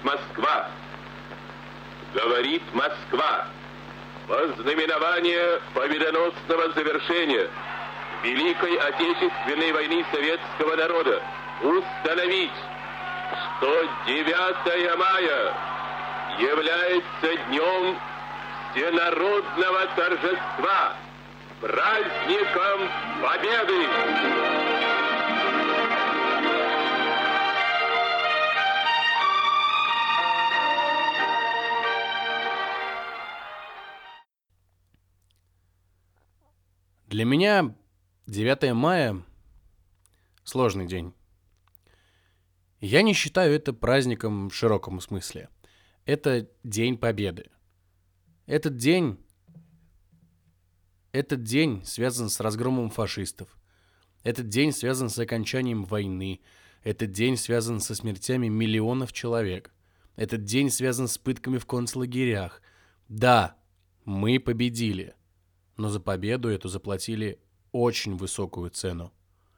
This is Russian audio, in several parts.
Москва. Говорит Москва. Во знаменование победоносного завершения Великой Отечественной войны советского народа установить, что 9 мая является днем всенародного торжества, праздником Победы. Для меня 9 мая – сложный день. Я не считаю это праздником в широком смысле. Это День Победы. Этот день связан с разгромом фашистов. Этот день связан с окончанием войны. Этот день связан со смертями миллионов человек. Этот день связан с пытками в концлагерях. Да, мы победили. Но за победу эту заплатили очень высокую цену.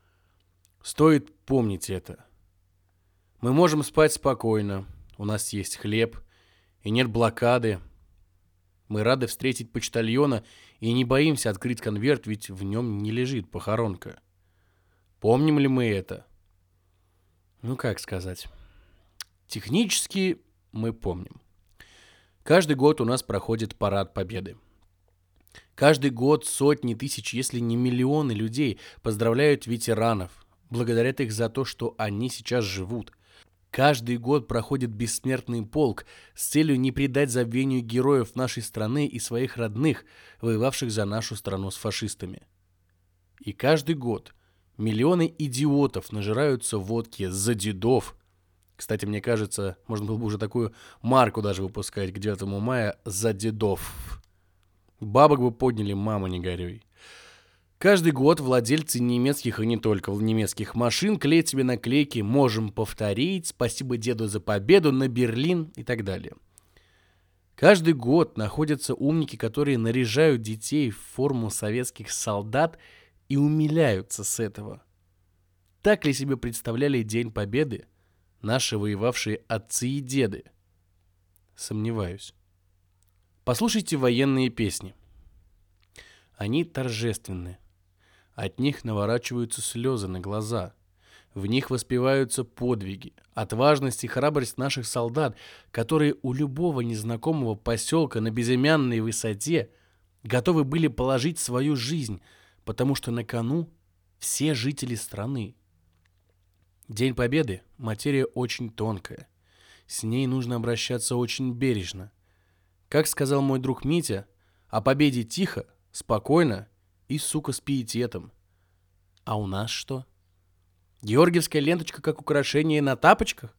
Стоит помнить это. Мы можем спать спокойно, у нас есть хлеб, и нет блокады. Мы рады встретить почтальона и не боимся открыть конверт, ведь в нем не лежит похоронка. Помним ли мы это? Ну, как сказать? Технически мы помним. Каждый год у нас проходит парад Победы. Каждый год сотни тысяч, если не миллионы людей поздравляют ветеранов, благодарят их за то, что они сейчас живут. Каждый год проходит бессмертный полк с целью не предать забвению героев нашей страны и своих родных, воевавших за нашу страну с фашистами. И каждый год миллионы идиотов нажираются водки за дедов. Кстати, мне кажется, можно было бы уже такую марку даже выпускать к 9 мая за дедов. Бабок бы подняли, мама, не горюй. Каждый год владельцы немецких и не только немецких машин клеят себе наклейки «Можем повторить», «Спасибо деду за победу», «На Берлин» и так далее. Каждый год находятся умники, которые наряжают детей в форму советских солдат и умиляются с этого. Так ли себе представляли День Победы наши воевавшие отцы и деды? Сомневаюсь. Послушайте военные песни. Они торжественны. От них наворачиваются слезы на глаза. В них воспеваются подвиги, отважность и храбрость наших солдат, которые у любого незнакомого поселка на безымянной высоте готовы были положить свою жизнь, потому что на кону все жители страны. День Победы – материя очень тонкая. С ней нужно обращаться очень бережно. Как сказал мой друг Митя, о победе тихо, спокойно и, сука, с пиететом. А у нас что? Георгиевская ленточка как украшение на тапочках?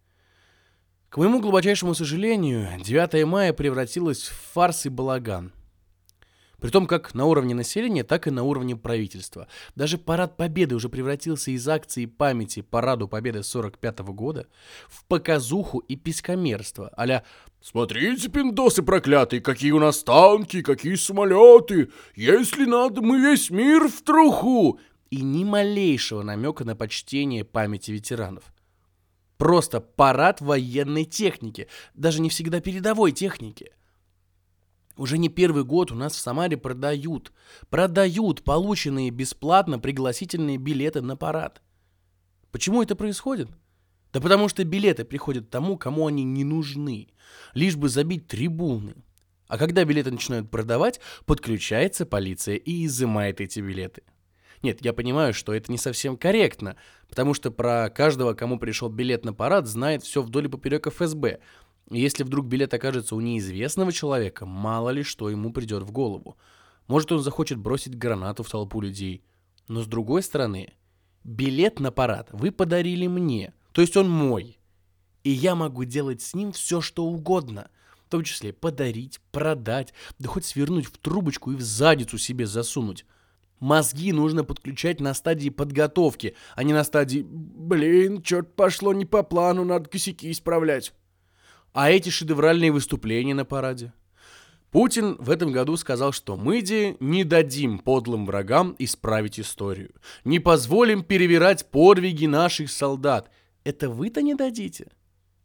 К моему глубочайшему сожалению, 9 мая превратилось в фарс и балаган. Притом как на уровне населения, так и на уровне правительства. Даже парад Победы уже превратился из акции памяти Параду Победы 1945 года в показуху и писькомерство, а-ля «Смотрите, пиндосы проклятые, какие у нас танки, какие самолеты! Если надо, мы весь мир в труху!» И ни малейшего намека на почтение памяти ветеранов. Просто парад военной техники, даже не всегда передовой техники. Уже не первый год у нас в Самаре продают полученные бесплатно пригласительные билеты на парад. Почему это происходит? Да потому что билеты приходят тому, кому они не нужны, лишь бы забить трибуны. А когда билеты начинают продавать, подключается полиция и изымает эти билеты. Нет, я понимаю, что это не совсем корректно, потому что про каждого, кому пришел билет на парад, знает все вдоль и поперек ФСБ. И если вдруг билет окажется у неизвестного человека, мало ли что ему придет в голову. Может, он захочет бросить гранату в толпу людей. Но с другой стороны, билет на парад вы подарили мне, то есть он мой. И я могу делать с ним все, что угодно. В том числе подарить, продать, да хоть свернуть в трубочку и в задницу себе засунуть. Мозги нужно подключать на стадии подготовки, а не на стадии «блин, что-то пошло не по плану, надо косяки исправлять». А эти шедевральные выступления на параде? Путин в этом году сказал, что мы не дадим подлым врагам исправить историю. Не позволим перевирать подвиги наших солдат. Это вы-то не дадите?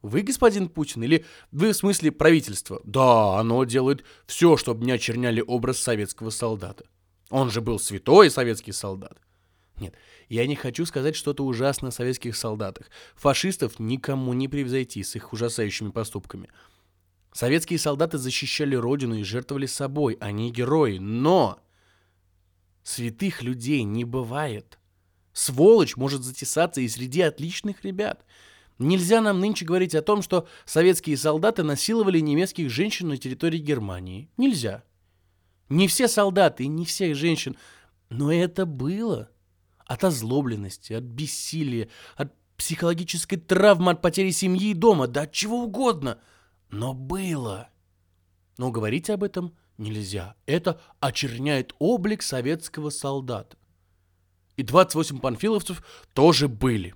Вы, господин Путин, или вы в смысле правительства? Да, оно делает все, чтобы не очерняли образ советского солдата. Он же был святой советский солдат. Нет, я не хочу сказать что-то ужасное о советских солдатах. Фашистов никому не превзойти с их ужасающими поступками. Советские солдаты защищали родину и жертвовали собой, они герои. Но святых людей не бывает. Сволочь может затесаться и среди отличных ребят. Нельзя нам нынче говорить о том, что советские солдаты насиловали немецких женщин на территории Германии. Нельзя. Не все солдаты и не всех женщин. Но это было. От озлобленности, от бессилия, от психологической травмы, от потери семьи и дома, да от чего угодно. Но было. Но говорить об этом нельзя. Это очерняет облик советского солдата. И 28 панфиловцев тоже были.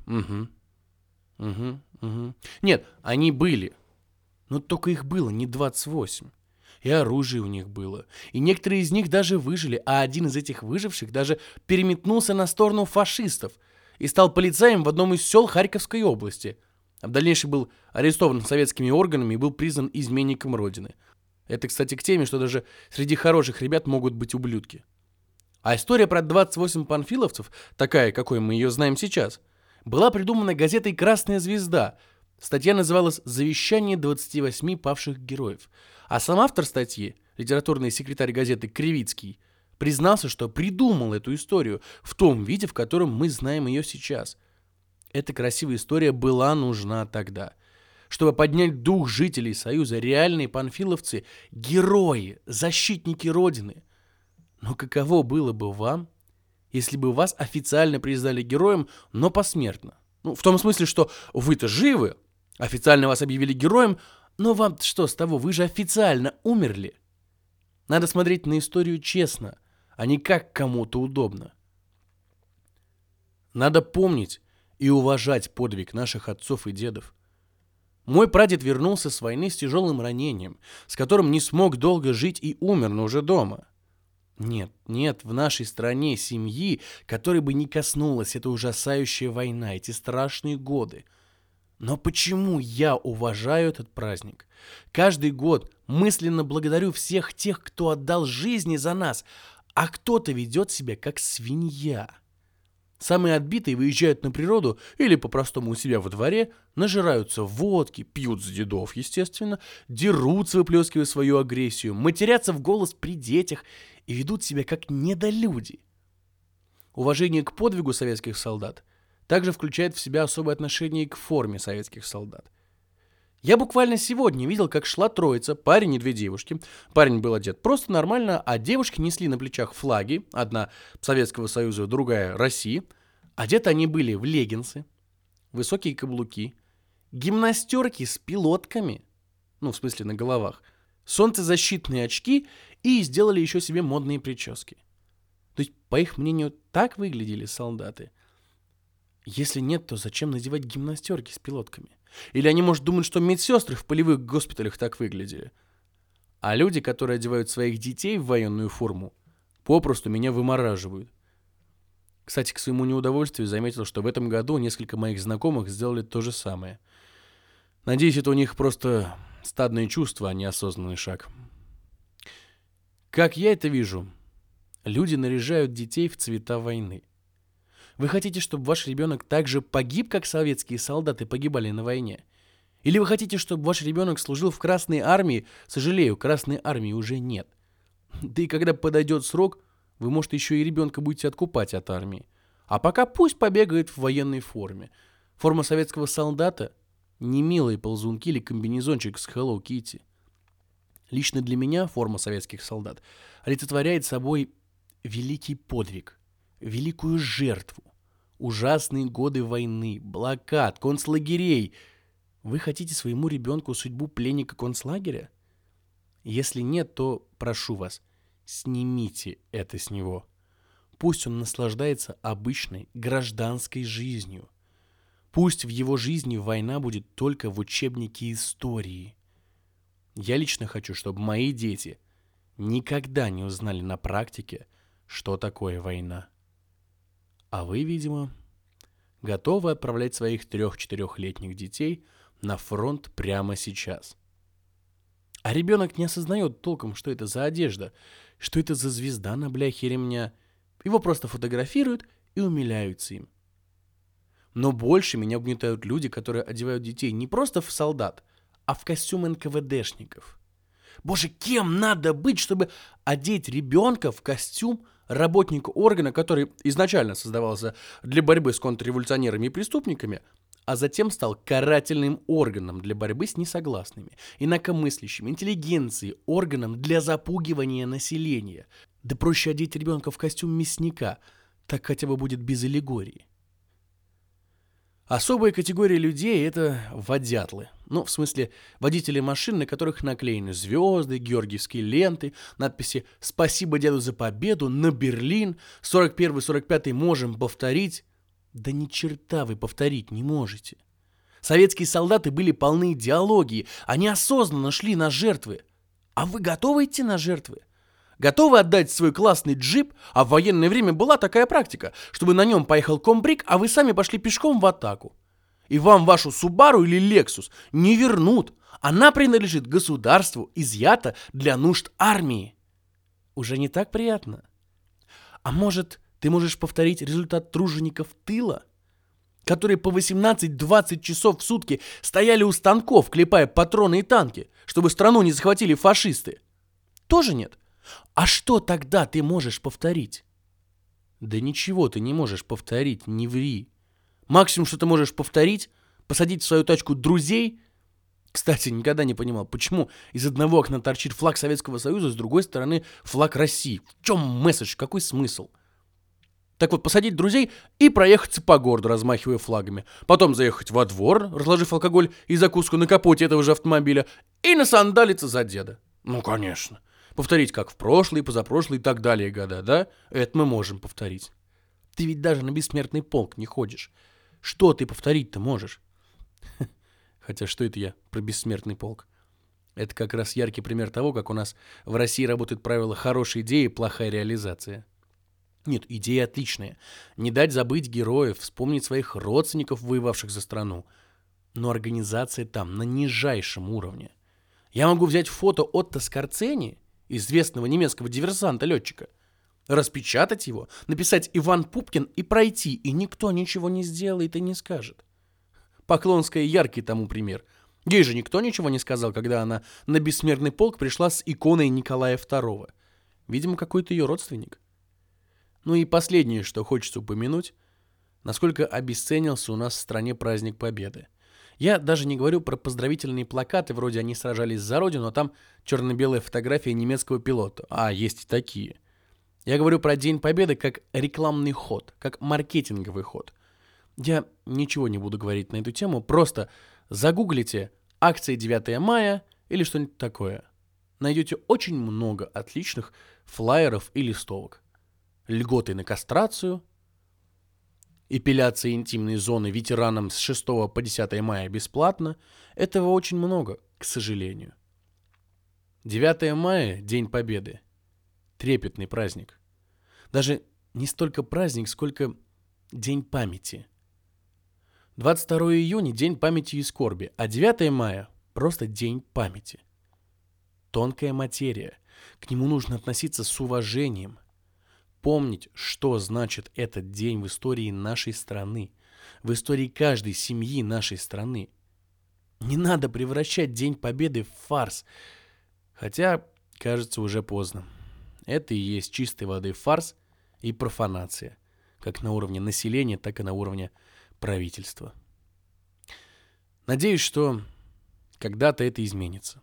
Нет, они были. Но только их было не 28. И оружие у них было. И некоторые из них даже выжили, а один из этих выживших даже переметнулся на сторону фашистов и стал полицаем в одном из сел Харьковской области. А в дальнейшем был арестован советскими органами и был признан изменником Родины. Это, кстати, к теме, что даже среди хороших ребят могут быть ублюдки. А история про 28 панфиловцев, такая, какой мы ее знаем сейчас, была придумана газетой «Красная звезда». Статья называлась «Завещание 28 павших героев». А сам автор статьи, литературный секретарь газеты Кривицкий, признался, что придумал эту историю в том виде, в котором мы знаем ее сейчас. Эта красивая история была нужна тогда. Чтобы поднять дух жителей Союза, реальные панфиловцы – герои, защитники Родины. Но каково было бы вам, если бы вас официально признали героем, но посмертно? Ну, в том смысле, что вы-то живы, официально вас объявили героем, но вам что с того, вы же официально умерли. Надо смотреть на историю честно, а не как кому-то удобно. Надо помнить и уважать подвиг наших отцов и дедов. Мой прадед вернулся с войны с тяжелым ранением, с которым не смог долго жить и умер, но уже дома. Нет в нашей стране семьи, которой бы не коснулась эта ужасающая война, эти страшные годы. Но почему я уважаю этот праздник? Каждый год мысленно благодарю всех тех, кто отдал жизни за нас, а кто-то ведет себя как свинья. Самые отбитые выезжают на природу или по-простому у себя во дворе, нажираются водки, пьют с дедов, естественно, дерутся, выплескивая свою агрессию, матерятся в голос при детях и ведут себя как недолюди. Уважение к подвигу советских солдат также включает в себя особое отношение к форме советских солдат. Я буквально сегодня видел, как шла троица, парень и две девушки. Парень был одет просто нормально, а девушки несли на плечах флаги, одна Советского Союза, другая России. Одеты они были в леггинсы, высокие каблуки, гимнастерки с пилотками, в смысле на головах, солнцезащитные очки и сделали еще себе модные прически. То есть, по их мнению, так выглядели солдаты. Если нет, то зачем надевать гимнастерки с пилотками? Или они, может, думают, что медсестры в полевых госпиталях так выглядели? А люди, которые одевают своих детей в военную форму, попросту меня вымораживают. Кстати, к своему неудовольствию заметил, что в этом году несколько моих знакомых сделали то же самое. Надеюсь, это у них просто стадное чувство, а не осознанный шаг. Как я это вижу, люди наряжают детей в цвета войны. Вы хотите, чтобы ваш ребенок так же погиб, как советские солдаты погибали на войне? Или вы хотите, чтобы ваш ребенок служил в Красной армии? Сожалею, Красной армии уже нет. Да и когда подойдет срок, вы, может, еще и ребенка будете откупать от армии. А пока пусть побегает в военной форме. Форма советского солдата – не милые ползунки или комбинезончик с Hello Kitty. Лично для меня форма советских солдат олицетворяет собой великий подвиг, великую жертву, ужасные годы войны, блокад, концлагерей. Вы хотите своему ребенку судьбу пленника концлагеря? Если нет, то прошу вас, снимите это с него. Пусть он наслаждается обычной гражданской жизнью. Пусть в его жизни война будет только в учебнике истории. Я лично хочу, чтобы мои дети никогда не узнали на практике, что такое война. А вы, видимо, готовы отправлять своих 3-4-летних детей на фронт прямо сейчас. А ребенок не осознает толком, что это за одежда, что это за звезда на бляхе ремня. Его просто фотографируют и умиляются им. Но больше меня угнетают люди, которые одевают детей не просто в солдат, а в костюм НКВДшников. Боже, кем надо быть, чтобы одеть ребенка в костюм работника органа, который изначально создавался для борьбы с контрреволюционерами и преступниками, а затем стал карательным органом для борьбы с несогласными, инакомыслящими, интеллигенцией, органом для запугивания населения. Да проще одеть ребенка в костюм мясника, так хотя бы будет без аллегории. Особая категория людей – это водятлы. Ну, в смысле, водители машин, на которых наклеены звезды, георгиевские ленты, надписи «Спасибо деду за победу», «На Берлин», «41-й, 45-й можем повторить». Да ни черта вы повторить не можете. Советские солдаты были полны идеологии, они осознанно шли на жертвы. А вы готовы идти на жертвы? Готовы отдать свой классный джип, а в военное время была такая практика, чтобы на нем поехал комбриг, а вы сами пошли пешком в атаку. И вам вашу Субару или Лексус не вернут. Она принадлежит государству, изъята для нужд армии. Уже не так приятно? А может, ты можешь повторить результат тружеников тыла, которые по 18-20 часов в сутки стояли у станков, клепая патроны и танки, чтобы страну не захватили фашисты? Тоже нет? А что тогда ты можешь повторить? Да ничего ты не можешь повторить, не ври. Максимум, что ты можешь повторить, посадить в свою тачку друзей. Кстати, никогда не понимал, почему из одного окна торчит флаг Советского Союза, с другой стороны флаг России. В чем месседж, какой смысл? Так вот, посадить друзей и проехаться по городу, размахивая флагами. Потом заехать во двор, разложив алкоголь и закуску на капоте этого же автомобиля, и насандалиться за деда. Ну, конечно. Повторить, как в прошлые, позапрошлые и так далее года, да? Это мы можем повторить. Ты ведь даже на бессмертный полк не ходишь. Что ты повторить-то можешь? Хотя что это я про бессмертный полк? Это как раз яркий пример того, как у нас в России работают правила «хорошая идея, плохая реализация». Нет, идея отличная. Не дать забыть героев, вспомнить своих родственников, воевавших за страну. Но организация там на нижайшем уровне. Я могу взять фото Отто Скорцени, известного немецкого диверсанта-летчика, распечатать его, написать «Иван Пупкин» и пройти, и никто ничего не сделает и не скажет. Поклонская яркий тому пример. Ей же никто ничего не сказал, когда она на бессмертный полк пришла с иконой Николая II. Видимо, какой-то ее родственник. Ну и последнее, что хочется упомянуть, насколько обесценился у нас в стране праздник Победы. Я даже не говорю про поздравительные плакаты, вроде «Они сражались за Родину», а там черно-белая фотография немецкого пилота. А, есть и такие. Я говорю про День Победы как рекламный ход, как маркетинговый ход. Я ничего не буду говорить на эту тему, просто загуглите «Акция 9 мая» или что-нибудь такое. Найдете очень много отличных флаеров и листовок. Льготы на кастрацию, эпиляция интимной зоны ветеранам с 6 по 10 мая бесплатно. Этого очень много, к сожалению. 9 мая, День Победы. Трепетный праздник. Даже не столько праздник, сколько День памяти. 22 июня – День памяти и скорби, а 9 мая – просто День памяти. Тонкая материя. К нему нужно относиться с уважением. Помнить, что значит этот день в истории нашей страны, в истории каждой семьи нашей страны. Не надо превращать День Победы в фарс, хотя, кажется, уже поздно. Это и есть чистой воды фарс и профанация, как на уровне населения, так и на уровне правительства. Надеюсь, что когда-то это изменится.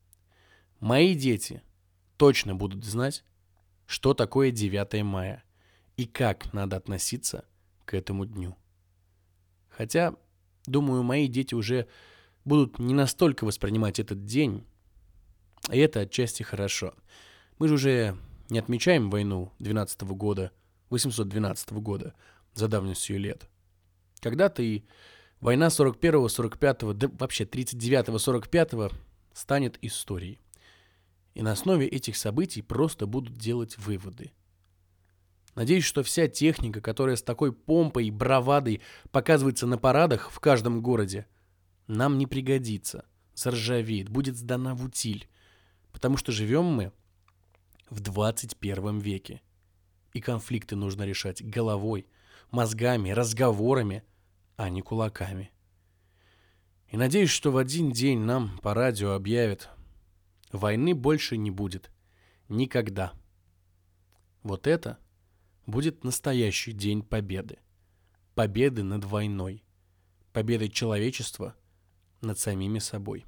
Мои дети точно будут знать, что такое 9 мая и как надо относиться к этому дню. Хотя, думаю, мои дети уже будут не настолько воспринимать этот день, и это отчасти хорошо. Мы же уже не отмечаем войну 12 года, 812 года, за давностью лет. Когда-то и война 41-го, 45-го, да вообще 39-го, 45-го станет историей. И на основе этих событий просто будут делать выводы. Надеюсь, что вся техника, которая с такой помпой и бравадой показывается на парадах в каждом городе, нам не пригодится, заржавеет, будет сдана в утиль, потому что живем мы в 21 веке. И конфликты нужно решать головой, мозгами, разговорами, а не кулаками. И надеюсь, что в один день нам по радио объявят: войны больше не будет. Никогда. Вот это будет настоящий день победы. Победы над войной. Победы человечества над самими собой.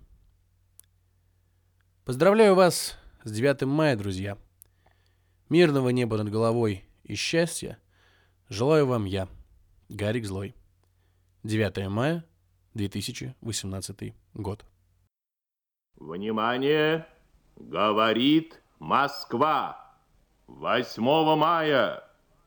Поздравляю вас с 9 мая, друзья. Мирного неба над головой и счастья желаю вам я, Гарик Злой. 9 мая, 2018 год. Внимание! Говорит Москва. 8 мая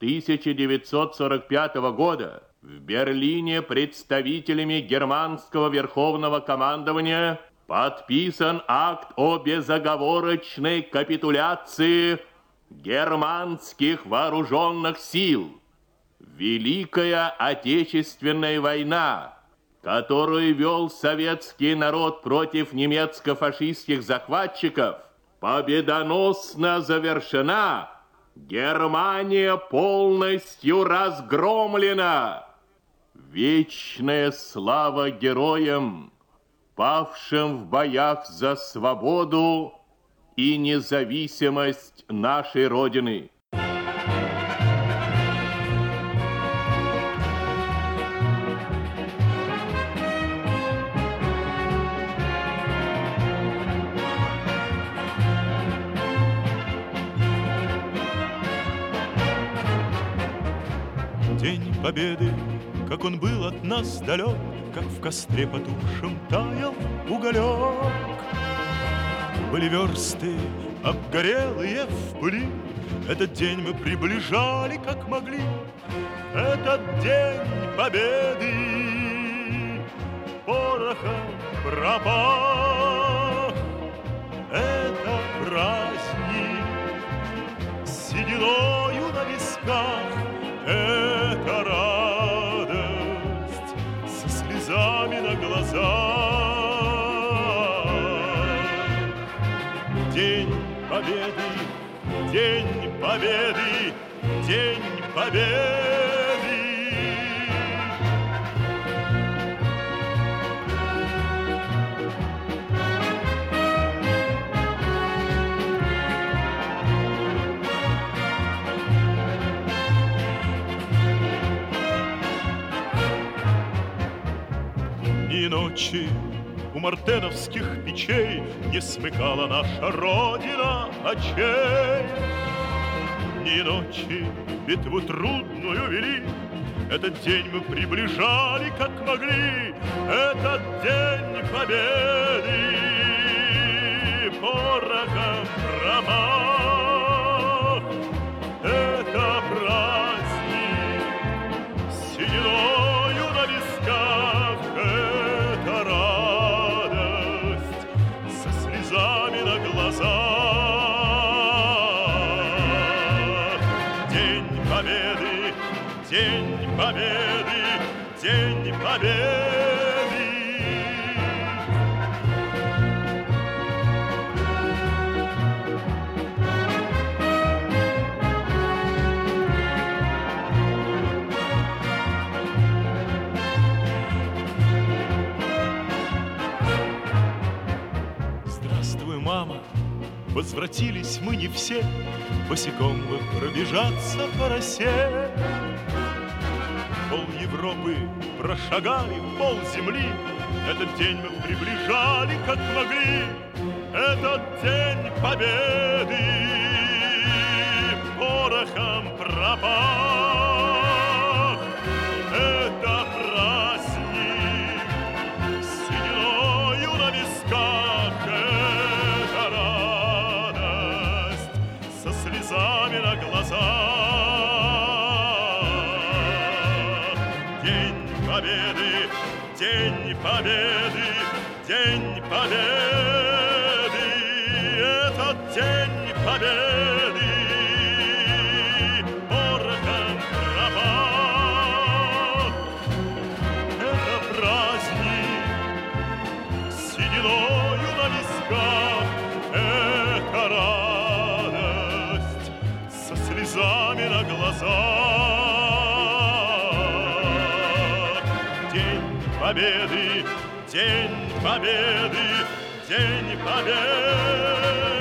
1945 года в Берлине представителями германского верховного командования подписан акт о безоговорочной капитуляции германских вооруженных сил. Великая Отечественная война, которую вел советский народ против немецко-фашистских захватчиков, победоносно завершена. Германия полностью разгромлена. Вечная слава героям, павшим в боях за свободу и независимость нашей Родины. День Победы, как он был от нас далек, как в костре потухшем таял уголек. Были версты обгорелые в пыли, этот день мы приближали, как могли. Этот день Победы порохом пропах. Это праздник с сединою на висках. Это радость со слезами на глазах. День Победы, День Победы, День Победы. И ночи у мартеновских печей не смыкала наша Родина очей. Ни ночи битву трудную вели, этот день мы приближали, как могли. Этот день Победы порохом промах. Это праздник с сединою на висках. Это радость со слезами на глазах. День Победы, День Победы, День Победы. Здравствуй, мама, возвратились мы не все, босиком бы пробежаться по росе. Пол Европы прошагали, пол земли, этот день мы приближали, как могли. Этот день Победы порохом пропах. Это праздник с сединою на висках. Это радость со слезами на глазах. День Победы, День Победы, День Победы. Этот День Победы порохом пропах. Это праздник сединою на висках. Это радость со слезами на глазах. День Победы, День Победы, День Победы.